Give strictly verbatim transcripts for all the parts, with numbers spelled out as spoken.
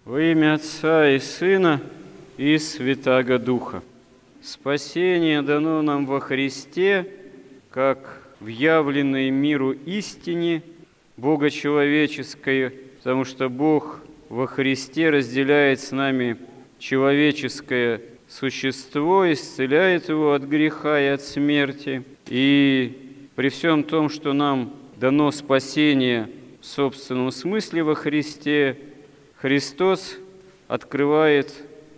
Во имя Отца и Сына и Святаго Духа. Спасение дано нам во Христе, как в явленной миру истине богочеловеческой, потому что Бог во Христе разделяет с нами человеческое существо, исцеляет его от греха и от смерти. И при всем том, что нам дано спасение в собственном смысле во Христе, Христос открывает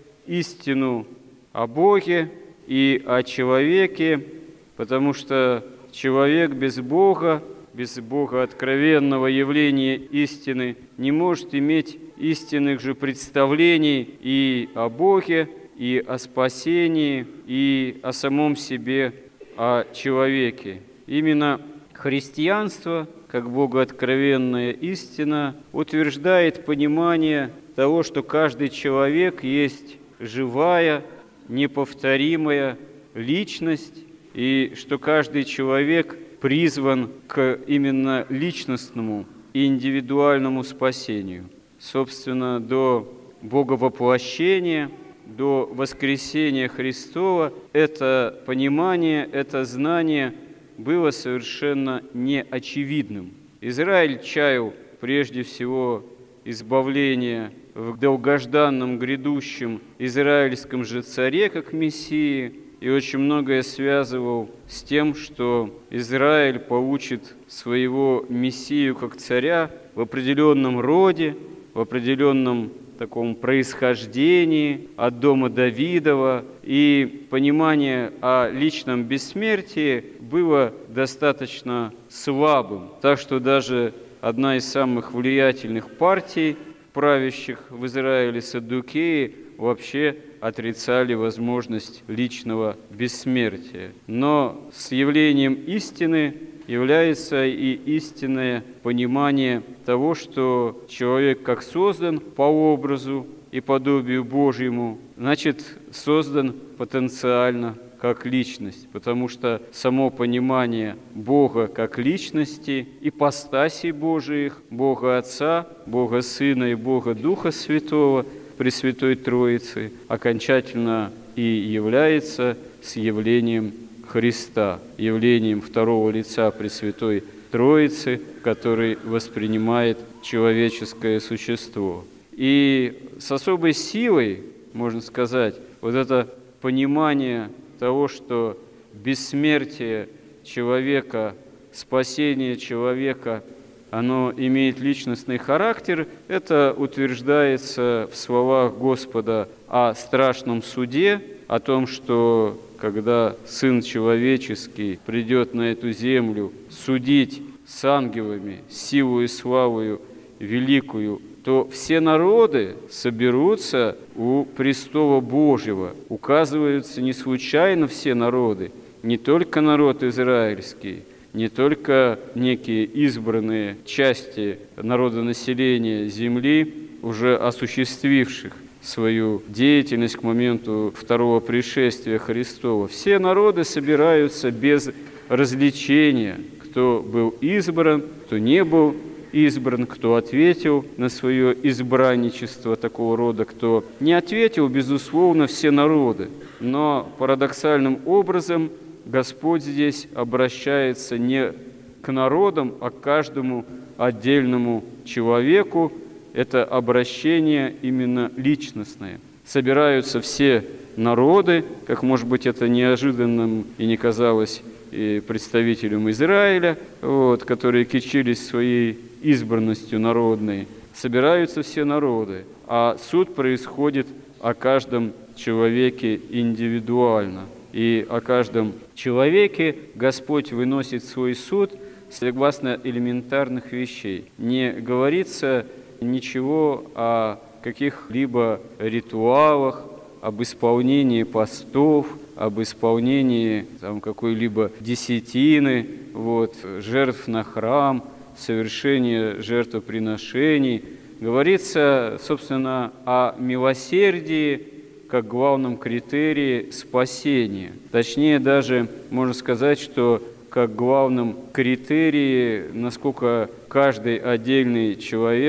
истину о Боге и о человеке, потому что человек без Бога, без Бога откровенного явления истины, не может иметь истинных же представлений и о Боге, и о спасении, и о самом себе, о человеке. Именно христианство, как богооткровенная истина, утверждает понимание того, что каждый человек есть живая, неповторимая личность, и что каждый человек призван к именно личностному и индивидуальному спасению. Собственно, до боговоплощения, до воскресения Христова это понимание, это знание было совершенно неочевидным. Израиль чаял прежде всего избавления в долгожданном грядущем израильском же царе, как Мессии, и очень многое связывал с тем, что Израиль получит своего Мессию как царя в определенном роде, в определенном таком происхождении от дома Давидова, и понимание о личном бессмертии было достаточно слабым. Так что даже одна из самых влиятельных партий, правящих в Израиле, саддукеи, вообще отрицали возможность личного бессмертия. Но с явлением истины является и истинное понимание того, что человек как создан по образу и подобию Божьему, значит, создан потенциально как личность, потому что само понимание Бога как личности, ипостасей Божиих, Бога Отца, Бога Сына и Бога Духа Святого, Пресвятой Троицы, окончательно и является с явлением Христа, явлением второго лица Пресвятой Троицы, который воспринимает человеческое существо. И с особой силой, можно сказать, вот это понимание того, что бессмертие человека, спасение человека, оно имеет личностный характер, это утверждается в словах Господа о страшном суде, о том, что когда Сын Человеческий придет на эту землю судить с ангелами, силу и славою великую, то все народы соберутся у престола Божьего. Указываются не случайно все народы, не только народ израильский, не только некие избранные части народонаселения земли, уже осуществивших свою деятельность к моменту второго пришествия Христова. Все народы собираются без развлечения, кто был избран, кто не был избран, кто ответил на свое избранничество такого рода, кто не ответил, безусловно, все народы. Но парадоксальным образом Господь здесь обращается не к народам, а к каждому отдельному человеку. Это обращение именно личностное. Собираются все народы, как, может быть, это неожиданным и не казалось и представителям Израиля, вот, которые кичились своей избранностью народной. Собираются все народы, а суд происходит о каждом человеке индивидуально. И о каждом человеке Господь выносит свой суд согласно элементарных вещей. Не говорится ничего о каких-либо ритуалах, об исполнении постов, об исполнении там, какой-либо десятины, вот, жертв на храм, совершения жертвоприношений. Говорится, собственно, о милосердии как главном критерии спасения. Точнее, даже можно сказать, что как главном критерии, насколько каждый отдельный человек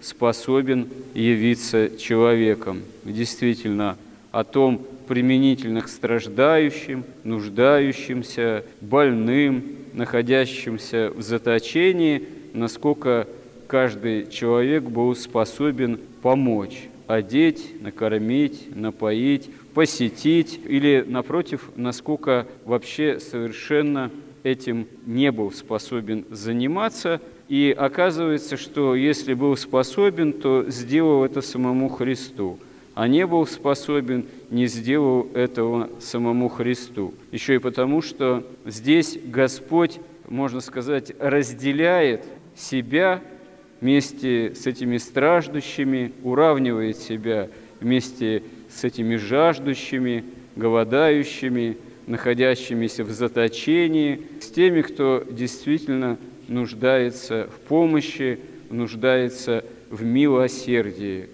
способен явиться человеком. Действительно, о том применительно к страждающим, нуждающимся, больным, находящимся в заточении, насколько каждый человек был способен помочь, одеть, накормить, напоить, посетить, или, напротив, насколько вообще совершенно этим не был способен заниматься. И оказывается, что если был способен, то сделал это самому Христу, а не был способен, не сделал этого самому Христу. Еще и потому, что здесь Господь, можно сказать, разделяет себя вместе с этими страждущими, уравнивает себя вместе с этими жаждущими, голодающими, находящимися в заточении, с теми, кто действительно нуждается в помощи, нуждается в милосердии.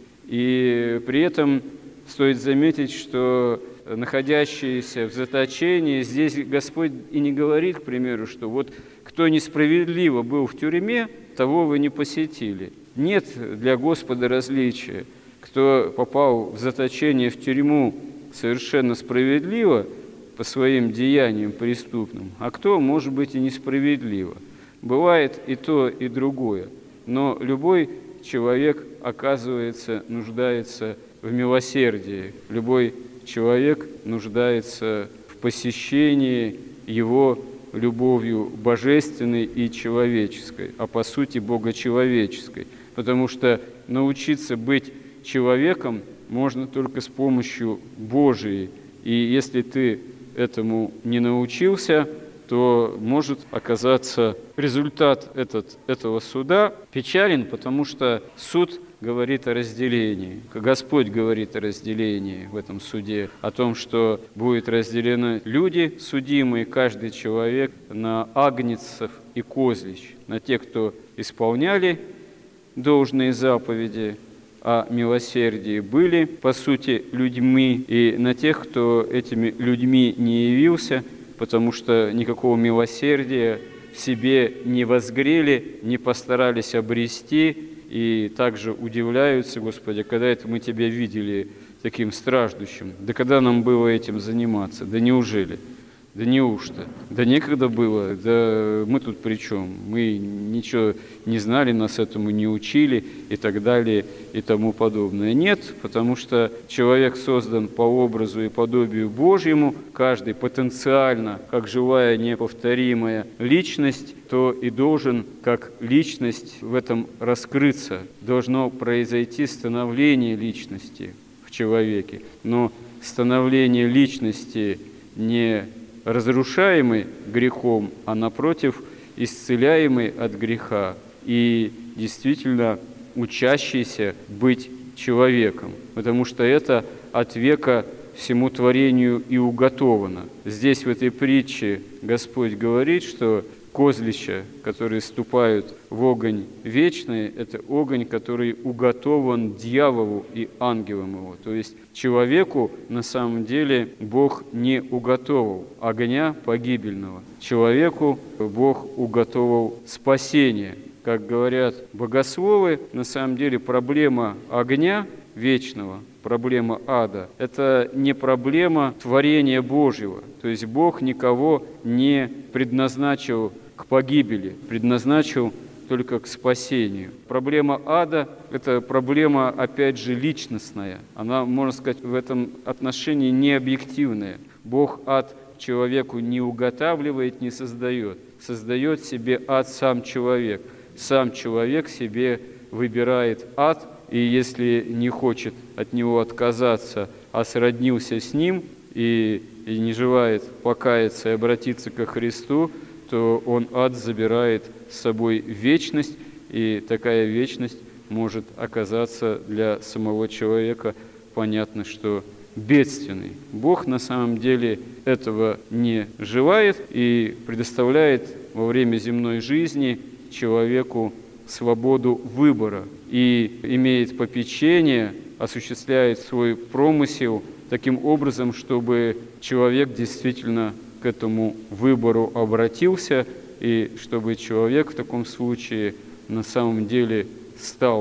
И при этом стоит заметить, что находящиеся в заточении, здесь Господь и не говорит, к примеру, что вот кто несправедливо был в тюрьме, того вы не посетили. Нет для Господа различия. Кто попал в заточение, в тюрьму совершенно справедливо по своим деяниям преступным, а кто, может быть, и несправедливо. Бывает и то, и другое. Но любой человек, оказывается, нуждается в милосердии. Любой человек нуждается в посещении его любовью божественной и человеческой, а по сути богочеловеческой. Потому что научиться быть человеком можно только с помощью Божией. И если ты этому не научился, то может оказаться результат этот, этого суда печален, потому что суд говорит о разделении. Господь говорит о разделении в этом суде, о том, что будут разделены люди, судимые, каждый человек, на агнцев и козлищ, на тех, кто исполняли должные заповеди о милосердии, были, по сути, людьми, и на тех, кто этими людьми не явился, потому что никакого милосердия в себе не возгрели, не постарались обрести, и также удивляются: Господи, когда это мы Тебя видели таким страждущим? Да когда нам было этим заниматься? Да неужели? Да неужто? Да некогда было? Да мы тут при чем? Мы ничего не знали, нас этому не учили и так далее и тому подобное. Нет, потому что человек создан по образу и подобию Божьему, каждый потенциально, как живая неповторимая личность, то и должен как личность в этом раскрыться. Должно произойти становление личности в человеке. Но становление личности не разрушаемый грехом, а напротив, исцеляемый от греха и действительно учащийся быть человеком, потому что это от века всему творению и уготовано. Здесь в этой притче Господь говорит, что козлища, которые ступают в огонь вечный, это огонь, который уготован дьяволу и ангелам его. То есть человеку на самом деле Бог не уготовил огня погибельного. Человеку Бог уготовил спасение. Как говорят богословы, на самом деле проблема огня вечного, проблема ада – это не проблема творения Божьего. То есть Бог никого не предназначил к погибели, предназначил только к спасению. Проблема ада – это проблема, опять же, личностная. Она, можно сказать, в этом отношении не объективная. Бог ад человеку не уготавливает, не создает. Создает себе ад сам человек. Сам человек себе выбирает ад, и если не хочет от него отказаться, а сроднился с ним и, и не желает покаяться и обратиться ко Христу, то он ад забирает с собой в вечность, и такая вечность может оказаться для самого человека, понятно, что бедственной. Бог на самом деле этого не желает и предоставляет во время земной жизни человеку свободу выбора и имеет попечение, осуществляет свой промысел таким образом, чтобы человек действительно к этому выбору обратился, и чтобы человек в таком случае на самом деле стал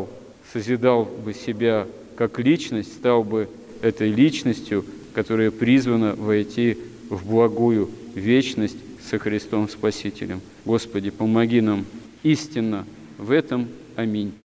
созидал бы себя как личность, стал бы этой личностью, которая призвана войти в благую вечность со Христом Спасителем. Господи, помоги нам истинно в этом. Аминь.